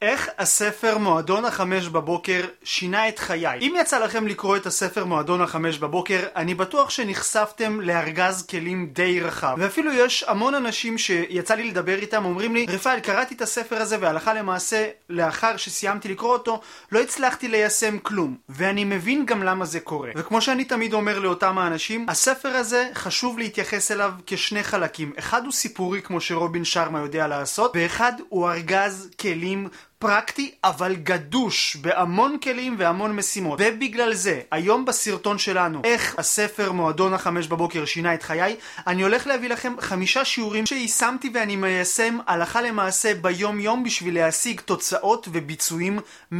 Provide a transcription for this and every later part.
איך הספר מועדון 5 בבוקר שינה את חיי. אם יצא לכם לקרוא את הספר מועדון 5 בבוקר, אני בטוח שנחשפתם לארגז כלים די רחב. ואפילו יש המון אנשים שיצא לי לדבר איתם, אומרים לי, רפאל, קראתי את הספר הזה והלכה למעשה, לאחר שסיימתי לקרוא אותו, לא הצלחתי ליישם כלום. ואני מבין גם למה זה קורה. וכמו שאני תמיד אומר לאותם האנשים, הספר הזה חשוב להתייחס אליו כשני חלקים. אחד הוא סיפורי כמו שרובין שרמה יודע לעשות, ואחד הוא ארגז כלים פרקטי אבל גדוש בהמון כלים והמון משימות. ובגלל זה היום בסרטון שלנו איך הספר מועדון 5 בבוקר שינה את חיי, אני הולך להביא לכם 5 שיעורים שיישמתי ואני מיישם הלכה למעשה ביום יום בשביל להשיג תוצאות וביצועים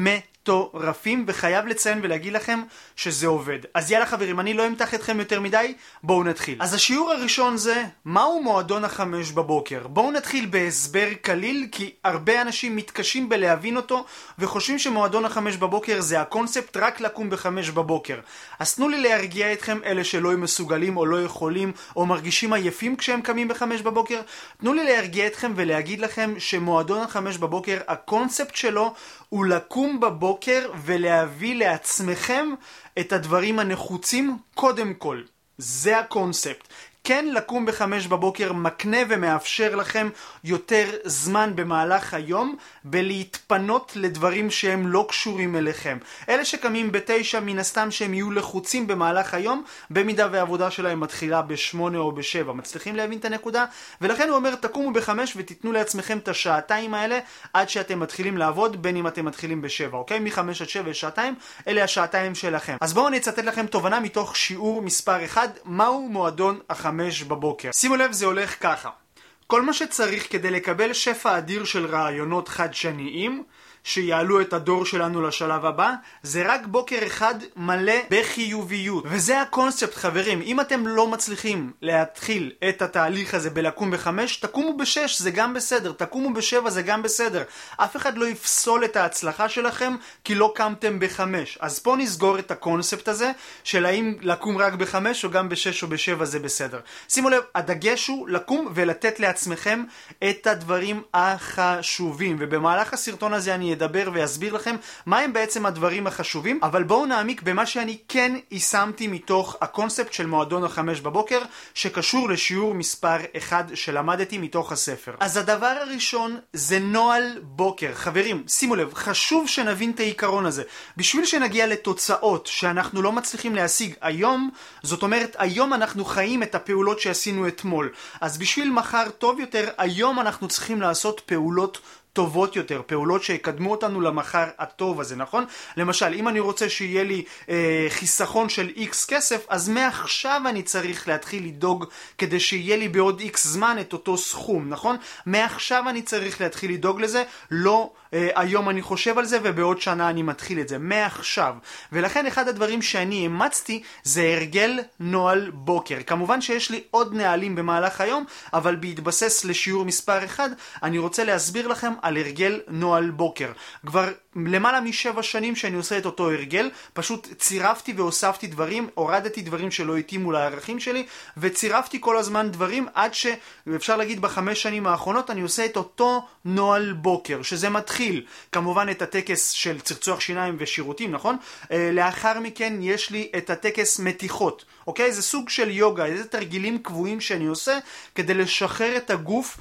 מטורפים, וחייב לציין ולהגיד לכם שזה עובד. אז יאללה חברים, אני לא אמתח אתכם יותר מדי, בואו נתחיל. אז השיעור הראשון זה מהו מועדון 5 בבוקר. בואו נתחיל בהסבר קליל, כי הרבה אנשים מתקשים להבין אותו וחושבים שמועדון 5 בבוקר זה הקונספט רק לקום ב5 בבוקר. אז תנו לי להרגיע אתכם, אלה שלא מסוגלים או לא יכולים או מרגישים עייפים כשהם קמים ב5 בבוקר, תנו לי להרגיע אתכם ולהגיד לכם שמועדון 5 בבוקר, הקונספט שלו הוא לקום בבוקר ולהביא לעצמכם את הדברים הנחוצים קודם כל. זה הקונספט. כן, לקום ב5 בבוקר מקנה ומאפשר לכם יותר זמן במהלך היום בלהתפנות לדברים שהם לא קשורים אליכם. אלה שקמים ב9 מן הסתם שהם יהיו לחוצים במהלך היום, במידה והעבודה שלהם מתחילה ב8 או ב7. מצליחים להבין את הנקודה? ולכן הוא אומר, תקומו ב5 ותיתנו לעצמכם את השעתיים האלה עד שאתם מתחילים לעבוד, בין אם אתם מתחילים ב7, אוקיי? מ5 עד 7 שעתיים, אלה השעתיים שלכם. אז בואו אני אצטט לכם תובנה מתוך שיעור מספר 1, מהו מועדון 5 בבוקר. שימו לב, זה הולך ככה. כל מה שצריך כדי לקבל שפע אדיר של רעיונות חדשניים שיעלו את הדור שלנו לשלב הבא, זה רק בוקר אחד מלא בחיוביות. וזה הקונספט חברים. אם אתם לא מצליחים להתחיל את התהליך הזה בלקום ב5, תקומו ב6, זה גם בסדר. תקומו ב7, זה גם בסדר. אף אחד לא יפסול את ההצלחה שלכם כי לא קמתם ב5. אז פה נסגור את הקונספט הזה של האם לקום רק ב5 או גם ב6 או ב7 זה בסדר. שימו לב, הדגש הוא לקום ולתת לעצמכם את הדברים החשובים. ובמהלך הסרטון הזה אני אדבר ואסביר לכם מה הם בעצם הדברים החשובים, אבל בואו נעמיק במה שאני כן יישמתי מתוך הקונספט של מועדון 5 בבוקר, שקשור לשיעור מספר 1 שלמדתי מתוך הספר. אז הדבר הראשון זה נועל בוקר. חברים, שימו לב, חשוב שנבין את העיקרון הזה. בשביל שנגיע לתוצאות שאנחנו לא מצליחים להשיג היום, זאת אומרת, היום אנחנו חיים את הפעולות שעשינו אתמול. אז בשביל מחר טוב יותר, היום אנחנו צריכים לעשות פעולות טובות יותר, פעולות שיקדמו אותנו למחר הטוב הזה, נכון? למשל, אם אני רוצה שיהיה לי חיסכון של X כסף, אז מעכשיו אני צריך להתחיל לדאוג כדי שיהיה לי בעוד X זמן את אותו סכום, נכון? מעכשיו אני צריך להתחיל לדאוג לזה, לא היום אני חושב על זה ובעוד שנה אני מתחיל את זה, מעכשיו. ולכן אחד הדברים שאני אימצתי זה הרגל נועל בוקר. כמובן שיש לי עוד נהלים במהלך היום, אבל בהתבסס לשיעור מספר 1, אני רוצה להסביר לכם על הרגל נועל בוקר. כבר למעלה מ7 שנים שאני עושה את אותו הרגל, פשוט צירפתי והוספתי דברים, הורדתי דברים שלא התאימו לערכים שלי, וצירפתי כל הזמן דברים עד שאפשר להגיד ב5 שנים האחרונות אני עושה את אותו נועל בוקר, שזה מתחיל כמובן את הטקס של צרצוח שיניים ושירותים, נכון? לאחר מכן יש לי את הטקס מתיחות, אוקיי? זה סוג של יוגה, איזה תרגילים קבועים שאני עושה כדי לשחרר את הגוף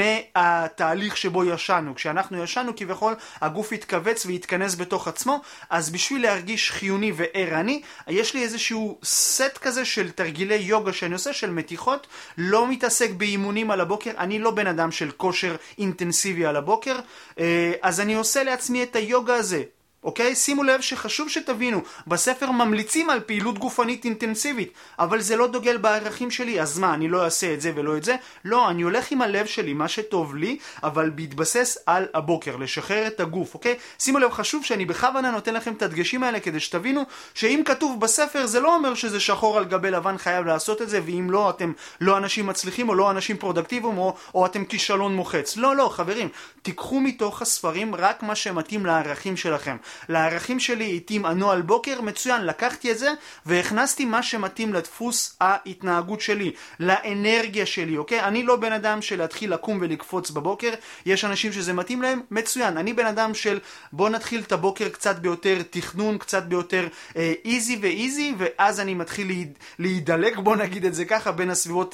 מהתהליך שבו ישנו. כשאנחנו ישנו כביכול הגוף יתכווץ ויתכנס בתוך עצמו, אז בשביל להרגיש חיוני וערני, יש לי איזשהו סט כזה של תרגילי יוגה שאני עושה, של מתיחות, לא מתעסק באימונים על הבוקר, אני לא בן אדם של כושר אינטנסיבי על הבוקר, אז אני עושה לעצמי את היוגה הזה. אוקיי? שימו לב שחשוב שתבינו, בספר ממליצים על פעילות גופנית אינטנסיבית, אבל זה לא דוגל בערכים שלי, אז מה, אני לא אעשה את זה ולא את זה? לא, אני הולך עם הלב שלי, מה שטוב לי, אבל בהתבסס על הבוקר, לשחרר את הגוף, אוקיי? שימו לב, חשוב שאני בכוונה נותן לכם את הדגשים האלה כדי שתבינו שאם כתוב בספר זה לא אומר שזה שחור על גבי לבן חייב לעשות את זה, ואם לא, אתם לא אנשים מצליחים או לא אנשים פרודקטיביים או אתם כישלון מוחץ. לא, לא, חברים, תיקחו מתוך הספרים רק מה שמתאים לערכים שלכם. לערכים שלי, התאים הנועל בוקר, מצוין, לקחתי את זה והכנסתי מה שמתאים לדפוס ההתנהגות שלי, לאנרגיה שלי, אוקיי? אני לא בן אדם של להתחיל לקום ולקפוץ בבוקר, יש אנשים שזה מתאים להם, מצוין. אני בן אדם של בוא נתחיל את הבוקר קצת ביותר תכנון, קצת ביותר איזי ואיזי, ואז אני מתחיל להידלק, בוא נגיד את זה ככה, בין הסביבות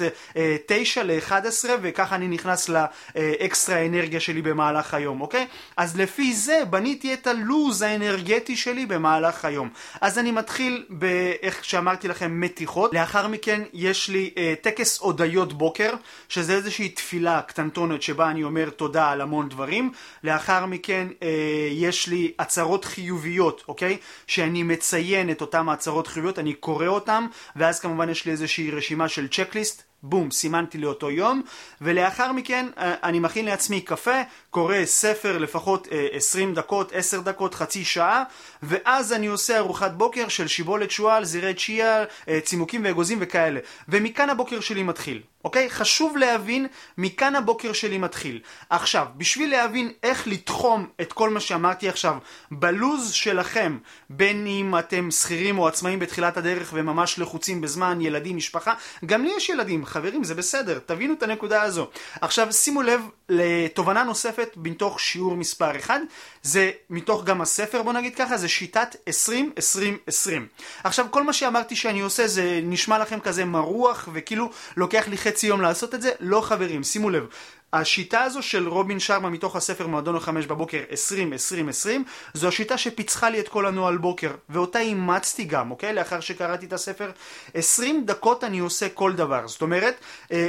9 ל-11, וככה אני נכנס לאקסטרה אנרגיה שלי במהלך היום, אוקיי? אז לפי זה בניתי את הלוז האנרגטי שלי במהלך היום. אז אני מתחיל באיך שאמרתי לכם מתיחות, לאחר מכן יש לי טקס הודיות בוקר, שזה איזושהי תפילה קטנטונת שבה אני אומר תודה על המון דברים. לאחר מכן יש לי הצהרות חיוביות, אוקיי? שאני מציין את אותם הצהרות חיוביות, אני קורא אותם, ואז כמובן יש לי איזושהי רשימה של צ'קליסט, בום, סימנתי לאותו יום, ולאחר מכן אני מכין לעצמי קפה, קורא ספר לפחות 20 דקות, 10 דקות, חצי שעה, ואז אני עושה ארוחת בוקר של שיבולת שועל, זירי צ'יה, צימוקים ואגוזים וכאלה. ומכאן הבוקר שלי מתחיל, אוקיי? חשוב להבין מכאן הבוקר שלי מתחיל. עכשיו, בשביל להבין איך לתחום את כל מה שאמרתי עכשיו בלוז שלכם, בין אם אתם שכירים או עצמאים בתחילת הדרך וממש לחוצים בזמן, ילדים, משפחה, גם לי יש ילדים, חברים, זה בסדר, תבינו את הנקודה הזו. עכשיו, שימו לב לתובנה נוספת מתוך שיעור מספר 1, זה מתוך גם הספר, בוא נגיד ככה, זה שיטת 20-20-20. עכשיו, כל מה שאמרתי שאני עושה, זה נשמע לכם כזה מרוח, וכאילו לוקח לי חצי יום לעשות את זה, לא חברים, שימו לב. השיטה הזו של רובין שרמה מתוך הספר מועדון ה-5 בבוקר 20-20-20 זו השיטה שפיצחה לי את כל הנועל בוקר, ואותה אימצתי גם, אוקיי? לאחר שקראתי את הספר, 20 דקות אני עושה כל דבר, זאת אומרת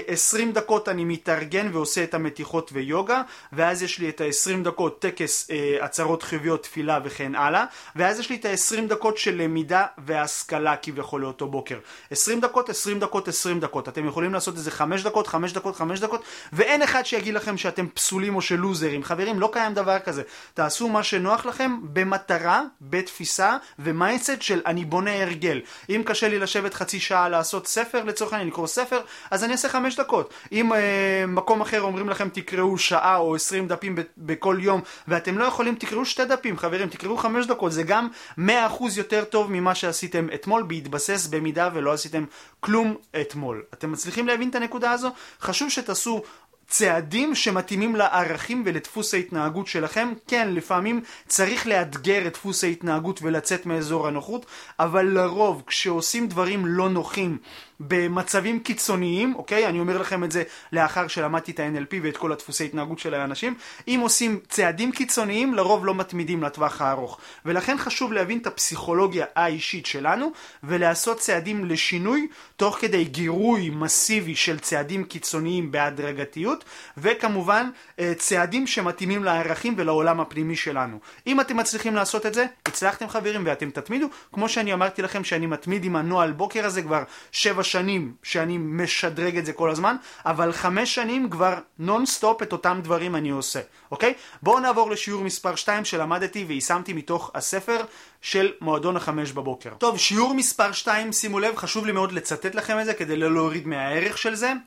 20 דקות אני מתארגן ועושה את המתיחות ויוגה, ואז יש לי את ה-20 דקות טקס הצהרות חיוביות, תפילה וכן הלאה, ואז יש לי את ה-20 דקות של למידה והשכלה כביכול לאותו בוקר. 20 דקות, 20 דקות, 20 דקות. אתם יכולים לעשות איזה 5 דקות, 5 דקות, 5 דקות, ואין אחד שיגיד לכם שאתם פסולים או שלוזרים. חברים, לא קיים דבר כזה. תעשו מה שנוח לכם במטרה, בתפיסה ומיינדסט של אני בונה הרגל. אם קשה לי לשבת חצי שעה לעשות ספר, לצורך העניין לקרוא ספר, אז אני אעשה 5 דקות. אם מקום אחר אומרים לכם תקראו שעה או 20 דפים בכל יום, ואתם לא יכולים, תקראו 2 דפים, חברים, תקראו 5 דקות. זה גם 100% יותר טוב ממה שעשיתם אתמול, בהתבסס במידה ולא עשיתם כלום אתמול. אתם מצליחים להבין את הנקודה הזו? חשוב שתעשו צעדים שמתאימים לערכים ולדפוס ההתנהגות שלכם. כן, לפעמים צריך לאתגר את דפוס ההתנהגות ולצאת מאזור הנוחות, אבל לרוב כשעושים דברים לא נוחים במצבים קיצוניים, אוקיי? אני אומר לכם את זה לאחר שלמדתי את ה-NLP ואת כל הדפוסי התנהגות של האנשים. אם עושים צעדים קיצוניים, לרוב לא מתמידים לטווח הארוך. ולכן חשוב להבין את הפסיכולוגיה האישית שלנו, ולעשות צעדים לשינוי, תוך כדי גירוי מסיבי של צעדים קיצוניים בהדרגתיות, וכמובן צעדים שמתאימים לערכים ולעולם הפנימי שלנו. אם אתם מצליחים לעשות את זה, הצלחתם חברים, ואתם תתמידו. כמו שאני אמרתי לכם שאני מתמיד עם הנועל בוקר הזה כבר 7 שנים שאני משדרג את זה כל הזמן, אבל 5 שנים כבר נון סטופ את אותם דברים אני עושה, אוקיי? בואו נעבור לשיעור מספר 2 שלמדתי ויישמתי מתוך הספר של מועדון ה-5 בבוקר. טוב, שיעור מספר 2, שימו לב, חשוב לי מאוד לצטט לכם את זה כדי לא להוריד מהערך של זה,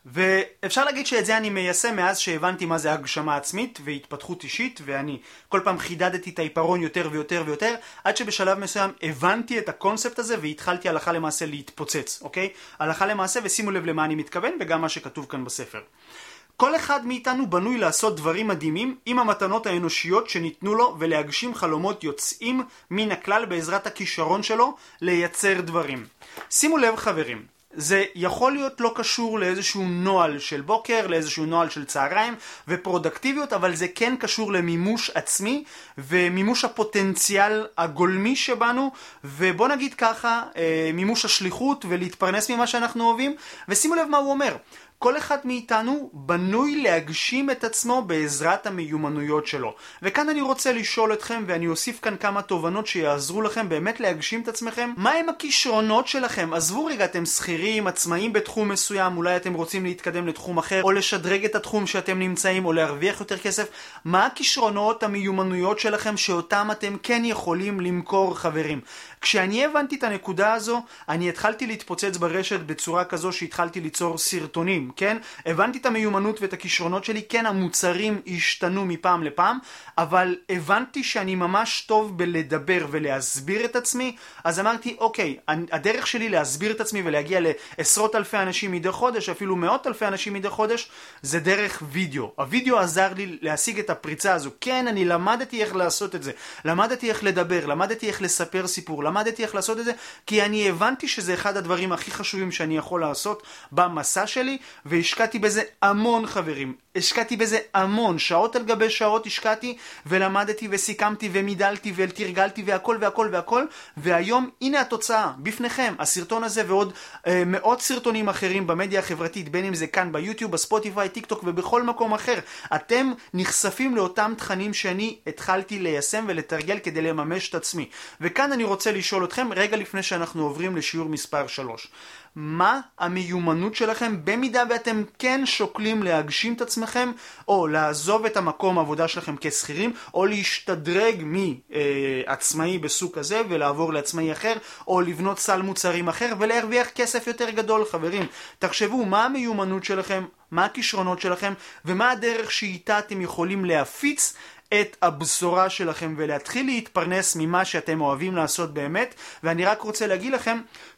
ואפשר להגיד שאת זה אני מיישם מאז שהבנתי מה זה הגשמה עצמית והתפתחות אישית, ואני כל פעם חידדתי את העיפרון יותר ויותר ויותר, עד שבשלב מסוים הבנתי את הקונספט הזה והתחלתי הלכה למעשה להתפוצץ, אוקיי? הלכה למעשה, ושימו לב למה אני מתכוון וגם מה שכתוב כאן בספר. כל אחד מאיתנו בנוי לעשות דברים מדהימים עם המתנות האנושיות שניתנו לו, ולהגשים חלומות יוצאים מן הכלל בעזרת הכישרון שלו לייצר דברים. שימו לב חברים, זה יכול להיות לא קשור לאיזשהו נועל של בוקר, לאיזשהו נועל של צהריים ופרודקטיביות, אבל זה כן קשור למימוש עצמי ומימוש הפוטנציאל הגולמי שבנו, ובוא נגיד ככה, מימוש השליחות ולהתפרנס ממה שאנחנו אוהבים. ושימו לב מה הוא אומר, כל אחד מאיתנו בנוי להגשים את עצמו בעזרת המיומנויות שלו. וכאן אני רוצה לשאול אתכם, ואני אוסיף כאן כמה תובנות שיעזרו לכם באמת להגשים את עצמכם. מה הם הכישרונות שלכם? עזבו רגע, אתם שכירים, עצמאים בתחום מסוים, אולי אתם רוצים להתקדם לתחום אחר, או לשדרג את התחום שאתם נמצאים, או להרוויח יותר כסף. מה הכישרונות, המיומנויות שלכם שאותם אתם כן יכולים למכור, חברים? כשאני הבנתי את הנקודה הזו, אני התחלתי להתפוצץ ברשת בצורה כזו שהתחלתי ליצור סרטונים, כן? הבנתי את המיומנות ואת הכישרונות שלי, כן, המוצרים השתנו מפעם לפעם, אבל הבנתי שאני ממש טוב בלדבר ולהסביר את עצמי, אז אמרתי, אוקיי, הדרך שלי להסביר את עצמי ולהגיע לעשרות אלפי אנשים מדי חודש, אפילו מאות אלפי אנשים מדי חודש, זה דרך וידאו. הוידאו עזר לי להשיג את הפריצה הזו. כן, אני למדתי איך לעשות את זה, למדתי איך לדבר, למדתי איך לספר סיפור, למדתי איך לעשות את זה, כי אני הבנתי שזה אחד הדברים הכי חשובים שאני יכול לעשות במסע שלי, והשקעתי בזה המון חברים. השקעתי בזה המון, שעות על גבי שעות השקעתי, ולמדתי וסיכמתי ומידלתי ותרגלתי והכל והכל והכל, והיום הנה התוצאה, בפניכם, הסרטון הזה ועוד מאות סרטונים אחרים במדיה החברתית, בין אם זה כאן ביוטיוב, בספוטיפיי, טיק טוק ובכל מקום אחר. אתם נחשפים לאותם תכנים שאני התחלתי ליישם ולתרגל כדי לממש את עצמי. וכאן אני רוצה לשאול אתכם, רגע לפני שאנחנו עוברים לשיעור מספר 3. מה המיומנות שלכם במידה ואתם כן שוקלים להגשים את עצמכם, או לעזוב את המקום העבודה שלכם כשכירים, או להשתדרג מעצמאי בסוג הזה ולעבור לעצמאי אחר, או לבנות סל מוצרים אחר ולהרוויח כסף יותר גדול. חברים, תחשבו מה המיומנות שלכם, מה הכישרונות שלכם, ומה הדרך שאיתה אתם יכולים להפיץ את הבשורה שלכם ולהתחיל להתפרנס ממה שאתם אוהבים לעשות באמת. ואני רק רוצה להגיד לכם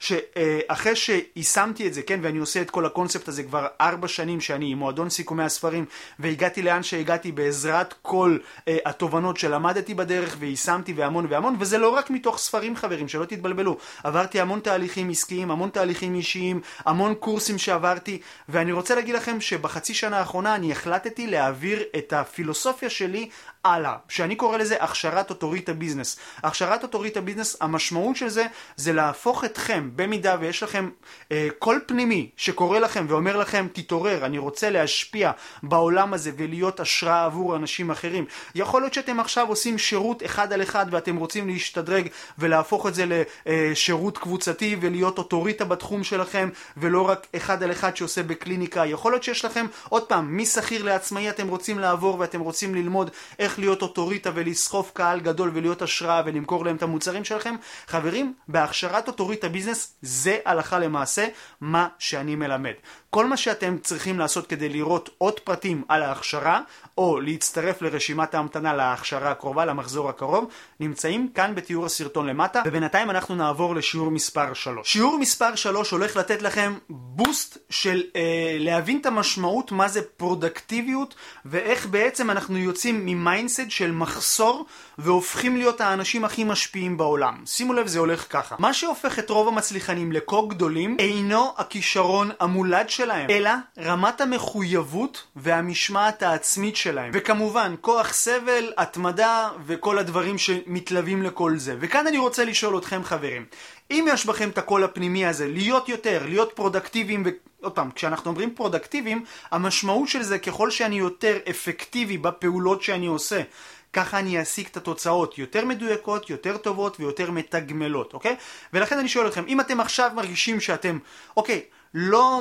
שאחרי שיישמתי את זה, כן, ואני עושה את כל הקונספט הזה כבר 4 שנים שאני עם מועדון סיכומי הספרים, והגעתי לאן שהגעתי בעזרת כל התובנות שלמדתי בדרך ויישמתי והמון והמון, וזה לא רק מתוך ספרים חברים, שלא תתבלבלו. עברתי המון תהליכים עסקיים, המון תהליכים אישיים, המון קורסים שעברתי, ואני רוצה להגיד לכם שבחצי שנה האחרונה אני החלטתי להעביר את הפילוסופיה שלי הלאה, שאני קורא לזה הכשרת אוטוריטה ביזנס. הכשרת אוטוריטה ביזנס, המשמעות של זה זה להפוך אתכם, במידה ויש לכם קול פנימי שקורא לכם ואומר לכם תתעורר, אני רוצה להשפיע בעולם הזה ולהיות השראה עבור אנשים אחרים. יכול להיות שאתם עכשיו עושים שירות אחד על אחד ואתם רוצים להשתדרג ולהפוך את זה לשירות קבוצתי ולהיות אוטוריטה בתחום שלכם ולא רק אחד על אחד שעושה בקליניקה. יכול להיות שיש לכם עוד פעם משכיר לעצמאי, אתם רוצים לעבור ואתם רוצים ללמוד איך להיות אוטוריטה ולסחוף קהל גדול ולהיות השראה ולמכור להם את המוצרים שלכם. חברים, בהכשרת אוטוריטה ביזנס זה הלכה למעשה מה שאני מלמד. כל מה שאתם צריכים לעשות כדי לראות עוד פרטים על ההכשרה או להצטרף לרשימת ההמתנה להכשרה הקרובה, למחזור הקרוב, נמצאים כאן בתיאור הסרטון למטה. ובינתיים אנחנו נעבור לשיעור מספר 3. שיעור מספר 3 הולך לתת לכם בוסט של להבין את המשמעות מה זה פרודקטיביות, ואיך בעצם אנחנו יוצאים ממיינדסט של מחסור והופכים להיות האנשים הכי משפיעים בעולם. שימו לב, זה הולך ככה. מה שהופך את רוב המצליחנים לכה גדולים אינו הכישרון המולד שלהם, אלא רמת המחויבות והמשמעת העצמית שלהם. וכמובן, כוח סבל, התמדה וכל הדברים שמתלווים לכל זה. וכאן אני רוצה לשאול אתכם חברים, אם יש בכם את הקול הפנימי הזה, להיות יותר, להיות פרודקטיביים, עוד פעם, כשאנחנו אומרים פרודקטיביים, המשמעות של זה ככל שאני יותר אפקטיבי בפעולות שאני עושה, ככה אני אשיג את התוצאות יותר מדויקות, יותר טובות ויותר מתגמלות, אוקיי? ולכן אני שואל אתכם, אם אתם עכשיו מרגישים שאתם, אוקיי, לא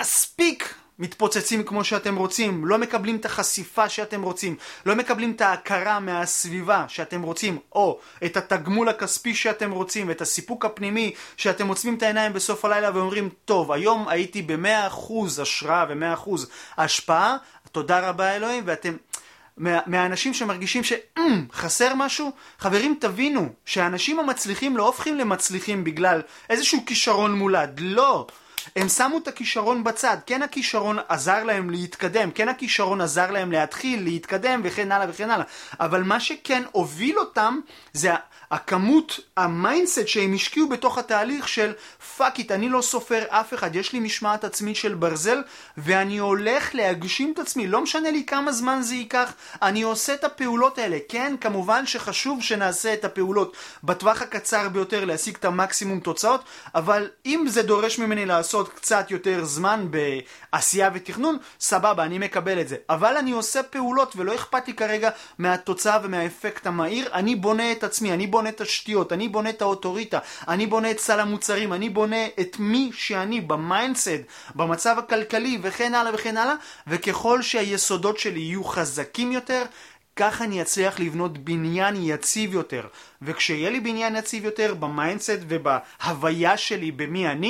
מספיק מתפוצצים כמו שאתם רוצים, לא מקבלים את החשיפה שאתם רוצים, לא מקבלים את ההכרה מהסביבה שאתם רוצים, או את התגמול הכספי שאתם רוצים, ואת הסיפוק הפנימי שאתם עוצמים את העיניים בסוף הלילה ואומרים, טוב, היום הייתי ב100% השראה ו100% השפעה, תודה רבה אלוהים, ואתם מהאנשים שמרגישים שחסר משהו. חברים, תבינו שהאנשים המצליחים לא הופכים למצליחים בגלל איזשהו כישרון מולד, לא. הם שמו את הכישרון בצד, כן הכישרון עזר להם להתקדם, כן הכישרון עזר להם להתחיל, להתקדם וכן הלאה וכן הלאה, אבל מה שכן הוביל אותם זה הכמות, המיינדסט שהם השקיעו בתוך התהליך של פאק איט, אני לא סופר אף אחד, יש לי משמעת עצמית של ברזל ואני הולך להגשים את עצמי, לא משנה לי כמה זמן זה ייקח, אני עושה את הפעולות האלה. כן, כמובן שחשוב שנעשה את הפעולות בטווח הקצר ביותר להשיג את המקסימום תוצאות, אבל אם זה דורש ממני לעשות קצת יותר זמן בעשייה ותכנון, סבבה, אני מקבל את זה, אבל אני עושה פעולות ולא אכפת לי כרגע מהתוצאה ומהאפקט המהיר. אני בונה את עצמי, אני בונה תשתיות, אני בונה את האוטוריטה, אני בונה את סל המוצרים, אני בונה את מי שאני במיינדסט, במצב הכלכלי וכן הלאה וכן הלאה, וככל שהיסודות שלי יהיו חזקים יותר, כך אני אצליח לבנות בניין יציב יותר. וכשיהיה לי בניין יציב יותר במיינדסט ובהוויה שלי במי אני,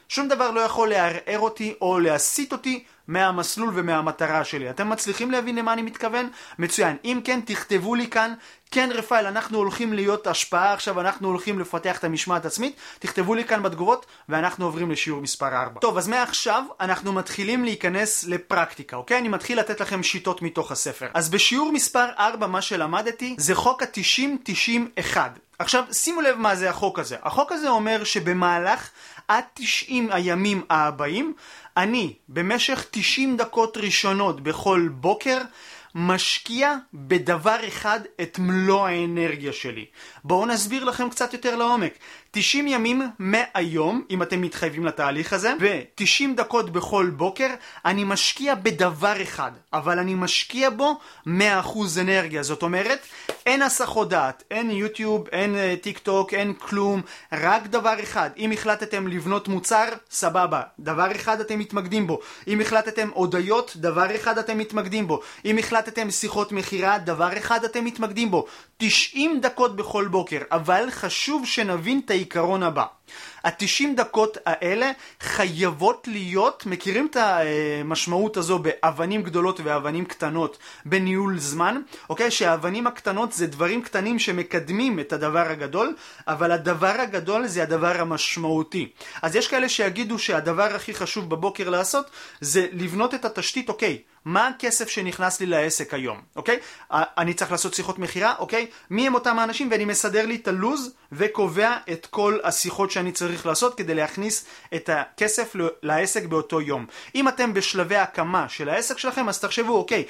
שום דבר לא יכול לערער אותי או להסיט אותי מהמסלול ומהמטרה שלי. אתם מצליחים להבין למה אני מתכוון? מצוין. אם כן, תכתבו לי כאן, כן רפאל, אנחנו הולכים להיות השפעה עכשיו, אנחנו הולכים לפתח את המשמעת עצמית, תכתבו לי כאן בתגובות, ואנחנו עוברים לשיעור מספר 4. טוב, אז מעכשיו אנחנו מתחילים להיכנס לפרקטיקה, אוקיי? אני מתחיל לתת לכם שיטות מתוך הספר. אז בשיעור מספר 4 מה שלמדתי זה חוק ה-90-90-1. עכשיו, שימו לב מה זה החוק הזה. החוק הזה אומר שבמהלך עד 90 הימים הבאים, אני במשך 90 דקות ראשונות בכל בוקר משקיע בדבר אחד את מלוא האנרגיה שלי. בואו נסביר לכם קצת יותר לעומק. 90 ימים מהיום, אם אתם מתחייבים לתהליך הזה, ו-90 דקות בכל בוקר, אני משקיע בדבר אחד, אבל אני משקיע בו 100% אנרגיה. זאת אומרת, אין הסחות דעת, אין יוטיוב, אין טיק טוק, אין כלום, רק דבר אחד. אם החלטתם לבנות מוצר, סבבה, דבר אחד אתם מתמקדים בו. אם החלטתם הודעות, דבר אחד אתם מתמקדים בו. אם החלטתם שיחות מחירה, דבר אחד אתם מתמקדים בו. 90 דקות בכל בוקר, אבל חשוב שנבין את העיקרון הבא. ה-90 דקות האלה חייבות להיות, מכירים את המשמעות הזו באבנים גדולות ואבנים קטנות בניהול זמן, אוקיי? שהאבנים הקטנות זה דברים קטנים שמקדמים את הדבר הגדול, אבל הדבר הגדול זה הדבר המשמעותי. אז יש כאלה שיגידו שהדבר הכי חשוב בבוקר לעשות זה לבנות את התשתית, אוקיי? מה הכסף שנכנס לי לעסק היום, אוקיי? אני צריך לעשות שיחות מחירה, אוקיי? מי הם אותם האנשים? ואני מסדר לי את הלוז וקובע את כל השיחות שאני צריך לעשות כדי להכניס את הכסף לעסק באותו יום. אם אתם בשלבי הקמה של העסק שלכם, אז תחשבו, אוקיי,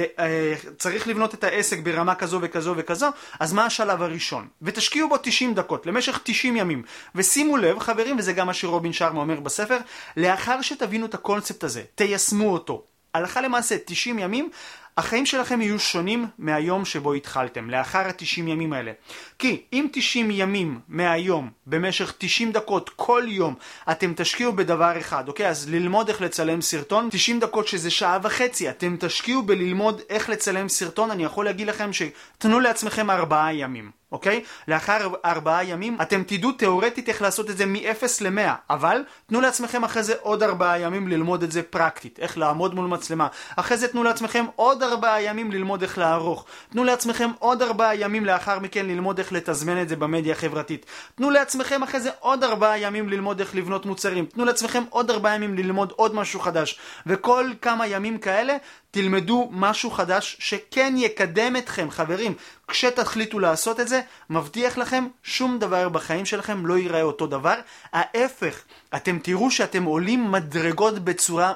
צריך לבנות את העסק ברמה כזו וכזו וכזו, אז מה השלב הראשון? ותשקיעו בו 90 דקות, למשך 90 ימים. ושימו לב, חברים, וזה גם מה שרובין שרמה אומר בספר, לאחר שתבינו את הקונספט הזה, תיישמו אותו. הלכה למעשה, 90 ימים, החיים שלכם יהיו שונים מהיום שבו התחלתם, לאחר ה-90 ימים האלה. כי אם 90 ימים מהיום, במשך 90 דקות כל יום, אתם תשקיעו בדבר אחד, אוקיי? אז ללמוד איך לצלם סרטון, 90 דקות שזה שעה וחצי, אתם תשקיעו בללמוד איך לצלם סרטון, אני יכול להגיד לכם שתנו לעצמכם 4 ימים. אוקיי? לאחר 4 ימים אתם תדעו תיאורטית איך לעשות את זה מ-0 ל-100, אבל תנו לעצמכם אחרי זה עוד 4 ימים ללמוד את זה פרקטית, איך לעמוד מול מצלמה. אחרי זה תנו לעצמכם עוד 4 ימים ללמוד איך לערוך. תנו לעצמכם עוד 4 ימים לאחר מכן ללמוד איך לתזמן את זה במדיה החברתית. תנו לעצמכם אחרי זה עוד 4 ימים ללמוד איך לבנות מוצרים. תנו לעצמכם עוד 4 ימים ללמוד עוד משהו חדש. וכל כמה ימים כאלה תלמדו משהו חדש שכן יקדם אתכם, חברים. כשתחליטו לעשות את זה, מבטיח לכם, שום דבר בחיים שלכם לא ייראה אותו דבר. ההפך, אתם תראו שאתם עולים מדרגות בצורה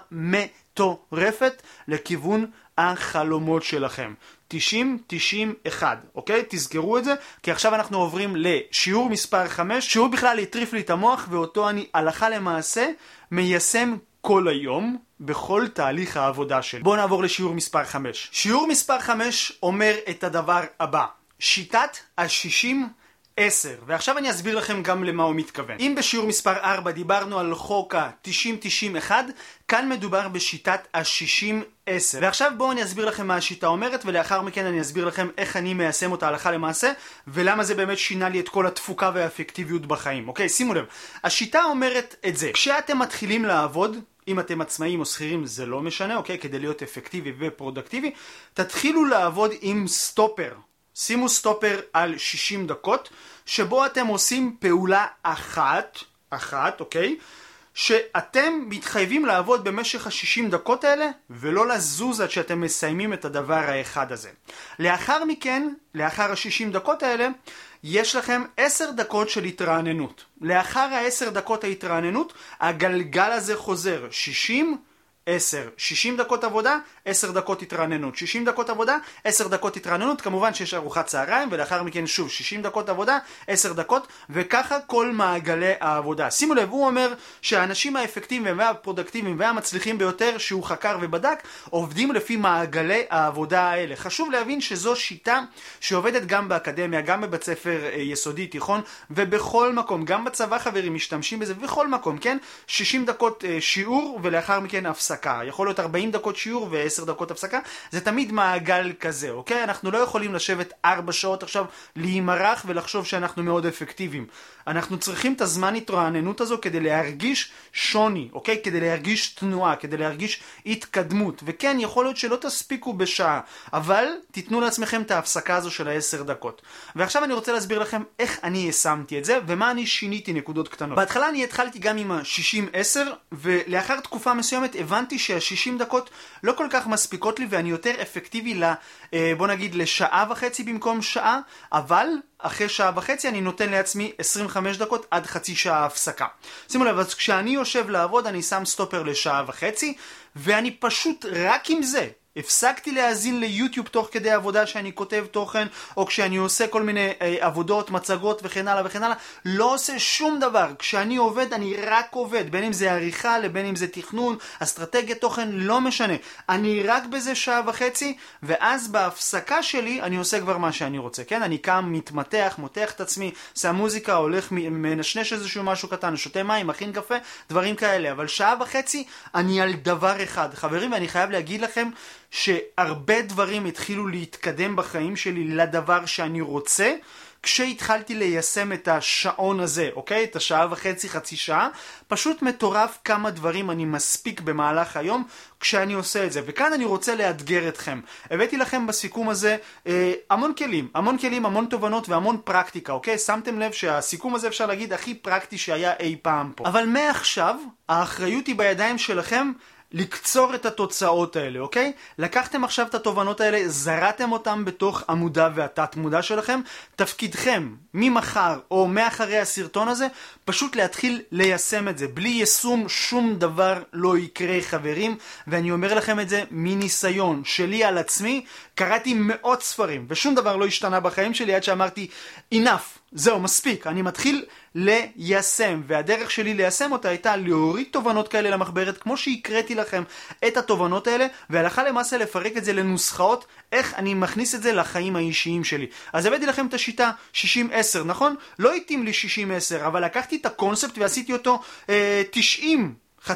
מטורפת לכיוון החלומות שלכם. 90-90-1, אוקיי? תזכרו את זה, כי עכשיו אנחנו עוברים לשיעור מספר 5, שהוא בכלל יטריף לי את המוח, ואותו אני הלכה למעשה מיישם כל היום בכל תהליך העבודה שלי. בואו נעבור לשיעור מספר 5. שיעור מספר 5 אומר את הדבר הבא: שיטת ה-60-10. ועכשיו אני אסביר לכם גם למה הוא מתכוון. אם בשיעור מספר 4 דיברנו על חוק ה-90-90-1, כאן מדובר בשיטת ה-60-10. ועכשיו בואו אני אסביר לכם מה השיטה אומרת, ולאחר מכן אני אסביר לכם איך אני מיישם אותה הלכה למעשה, ולמה זה באמת שינה לי את כל התפוקה והאפקטיביות בחיים. אוקיי, שימו לב. השיטה אומרת את זה: כשאתם מתחילים לעבוד, אם אתם עצמאים או שכירים זה לא משנה, אוקיי? כדי להיות אפקטיבי ופרודקטיבי, תתחילו לעבוד עם סטופר. שימו סטופר על 60 דקות, שבו אתם עושים פעולה אחת, אוקיי? שאתם מתחייבים לעבוד במשך ה-60 דקות האלה, ולא לזוז עד שאתם מסיימים את הדבר האחד הזה. לאחר מכן, לאחר ה-60 דקות האלה, יש לכם 10 דקות של התרעננות. לאחר ה-10 דקות ההתרעננות, הגלגל הזה חוזר 60 דקות עבודה, 10 דקות התרעננות. 60 דקות עבודה, 10 דקות התרעננות. כמובן שיש ארוחת צהריים, ולאחר מכן שוב 60 דקות עבודה, 10 דקות, וככה כל מעגלי העבודה. שימו לב, הוא אומר שהאנשים האפקטיביים והפרודקטיביים והמצליחים ביותר שהוא חקר ובדק, עובדים לפי מעגלי העבודה האלה. חשוב להבין שזו שיטה שעובדת גם באקדמיה, גם בבית ספר יסודי, תיכון, ובכל מקום. גם בצבא חברים משתמשים בזה, בכל מקום, כן? 60 דקות שיעור, ולאחר מכן הפסקה. הפסקה, יכול להיות 40 דקות שיעור ו10 דקות הפסקה, זה תמיד מעגל כזה, אוקיי? אנחנו לא יכולים לשבת 4 שעות עכשיו להימרח ולחשוב שאנחנו מאוד אפקטיביים. אנחנו צריכים את הזמן התרעננות הזו כדי להרגיש שוני, אוקיי? כדי להרגיש תנועה, כדי להרגיש התקדמות. וכן, יכול להיות שלא תספיקו בשעה, אבל תיתנו לעצמכם את ההפסקה הזו של 10 דקות. ועכשיו אני רוצה להסביר לכם איך אני יישמתי את זה, ומה אני שיניתי נקודות קטנות. בהתחלה אני התחלתי גם עם ה-60-10, ולאחר תקופה מסוימת הבנתי שה-60 דקות לא כל כך מספיקות לי, ואני יותר אפקטיבי בוא נגיד לשעה וחצי במקום שעה, אבל אחרי שעה וחצי אני נותן לעצמי 25 דקות עד חצי שעה הפסקה. שימו לב, אז כשאני יושב לעבוד אני שם סטופר לשעה וחצי, ואני פשוט רק עם זה הפסקתי להאזין ליוטיוב תוך כדי עבודה שאני כותב תוכן, או כשאני עושה כל מיני עבודות, מצגות וכן הלאה וכן הלאה. לא עושה שום דבר. כשאני עובד, אני רק עובד. בין אם זה עריכה, לבין אם זה תכנון, אסטרטגיה תוכן, לא משנה. אני רק בזה שעה וחצי, ואז בהפסקה שלי אני עושה כבר מה שאני רוצה. כן? אני קם, מתמתח, מותח את עצמי, עושה מוזיקה, הולך, מנשנש איזשהו משהו קטן, שותה מים, מכין קפה, דברים כאלה. אבל שעה וחצי אני על דבר אחד. חברים, ואני חייב להגיד לכם שהרבה דברים התחילו להתקדם בחיים שלי לדבר שאני רוצה, כשהתחלתי ליישם את השעון הזה, אוקיי? את השעה וחצי, חצי שעה. פשוט מטורף כמה דברים אני מספיק במהלך היום כשאני עושה את זה. וכאן אני רוצה לאתגר אתכם. הבאתי לכם בסיכום הזה המון כלים, המון תובנות והמון פרקטיקה, אוקיי? שמתם לב שהסיכום הזה אפשר להגיד הכי פרקטי שהיה אי פעם פה. אבל מעכשיו, האחריות היא בידיים שלכם לקצור את התוצאות האלה, אוקיי? לקחתם עכשיו את התובנות האלה, זרעתם אותם בתוך המודע והתת מודע שלכם. תפקידכם ממחר או מאחרי הסרטון הזה, פשוט להתחיל ליישם את זה. בלי יישום שום דבר לא יקרה, חברים, ואני אומר לכם את זה מניסיון שלי על עצמי. קראתי מאות ספרים ושום דבר לא השתנה בחיים שלי עד שאמרתי enough, זהו, מספיק, אני מתחיל ליישם, והדרך שלי ליישם אותה הייתה להוריד תובנות כאלה למחברת, כמו שהקראתי לכם את התובנות האלה, והלכה למעשה לפרק את זה לנוסחאות, איך אני מכניס את זה לחיים האישיים שלי. אז הבאתי לכם את השיטה 60-10, נכון? לא התאים לי 60-10, אבל לקחתי את הקונספט ועשיתי אותו 90-30,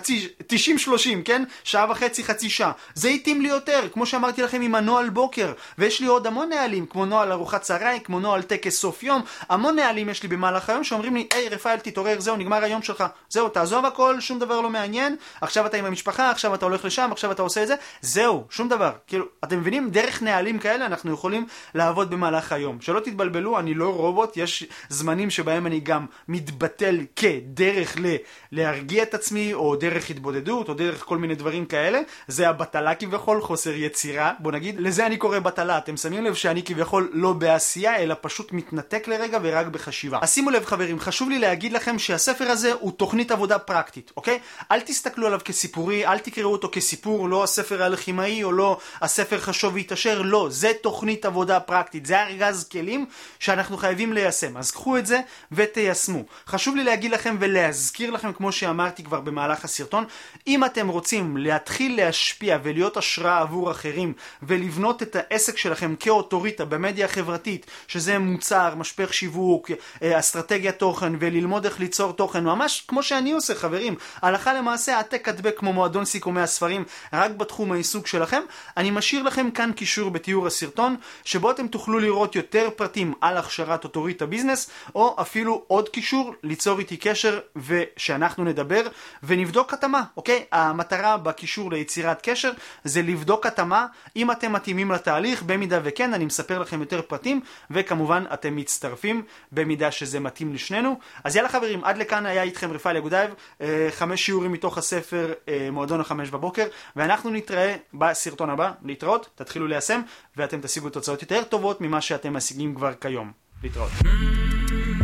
כן? שעה וחצי, חצי שעה. זה התאים לי יותר, כמו שאמרתי לכם עם הנועל בוקר. ויש לי עוד המון נהלים, כמו נועל ארוחת צהריים, כמו נועל טקס סוף יום. המון נהלים יש לי במהלך היום שאומרים לי, היי רפאל, תתעורר, זהו, נגמר היום שלך. זהו, תעזוב הכל, שום דבר לא מעניין. עכשיו אתה עם המשפחה, עכשיו אתה הולך לשם, עכשיו אתה עושה את זה. זהו, שום דבר. כאילו, אתם מבינים? דרך נהלים כאלה אנחנו יכולים לעבוד במהלך היום. שלא תתבלבלו, אני לא רובוט. יש זמנים שבהם אני גם מתבטל כדרך להרגיע את עצמי, או דרך התבודדות, או דרך כל מיני דברים כאלה. זה הבטלה כביכול, חוסר יצירה, בוא נגיד. לזה אני קורא בטלה. אתם שמים לב שאני כביכול לא בעשייה, אלא פשוט מתנתק לרגע ורק בחשיבה. אז שימו לב חברים, חשוב לי להגיד לכם שהספר הזה הוא תוכנית עבודה פרקטית, אוקיי? אל תסתכלו עליו כסיפורי, אל תקראו אותו כסיפור, לא הספר הלחימאי, או לא הספר חשוב והתעשר, לא. זה תוכנית עבודה פרקטית. זה ארגז כלים שאנחנו חייבים ליישם. אז קחו את זה ותיישמו. חשוב לי להגיד לכם ולהזכיר לכם, כמו שאמרתי כבר במהלך הסרטון, אם אתם רוצים להתחיל להשפיע ולהיות השראה עבור אחרים ולבנות את העסק שלכם כאוטוריטה במדיה החברתית, שזה מוצר, משפך שיווק, אסטרטגיה תוכן, וללמוד איך ליצור תוכן, ממש כמו שאני עושה חברים, הלכה למעשה העתק הדבק כמו מועדון סיכומי הספרים, רק בתחום העיסוק שלכם. אני משאיר לכם כאן קישור בתיאור הסרטון, שבו אתם תוכלו לראות יותר פרטים על הכשרת אוטוריטה ביזנס, או אפילו עוד קישור, ליצור איתי קשר ושאנחנו נדבר ונבדוק התאמה, אוקיי? המטרה בקישור ליצירת קשר זה לבדוק התאמה, אם אתם מתאימים לתהליך, במידה וכן אני מספר לכם יותר פרטים, וכמובן אתם מצטרפים במידה שזה מתאים לשנינו. אז יאללה חברים, עד לכאן היה איתכם רפאל יגודאייב, 5 שיעורים מתוך הספר מועדון ה-5 בבוקר, ואנחנו נתראה בסרטון הבא. להתראות, תתחילו ליישם ואתם תשיגו תוצאות יותר טובות ממה שאתם משיגים כבר כיום. להתראות.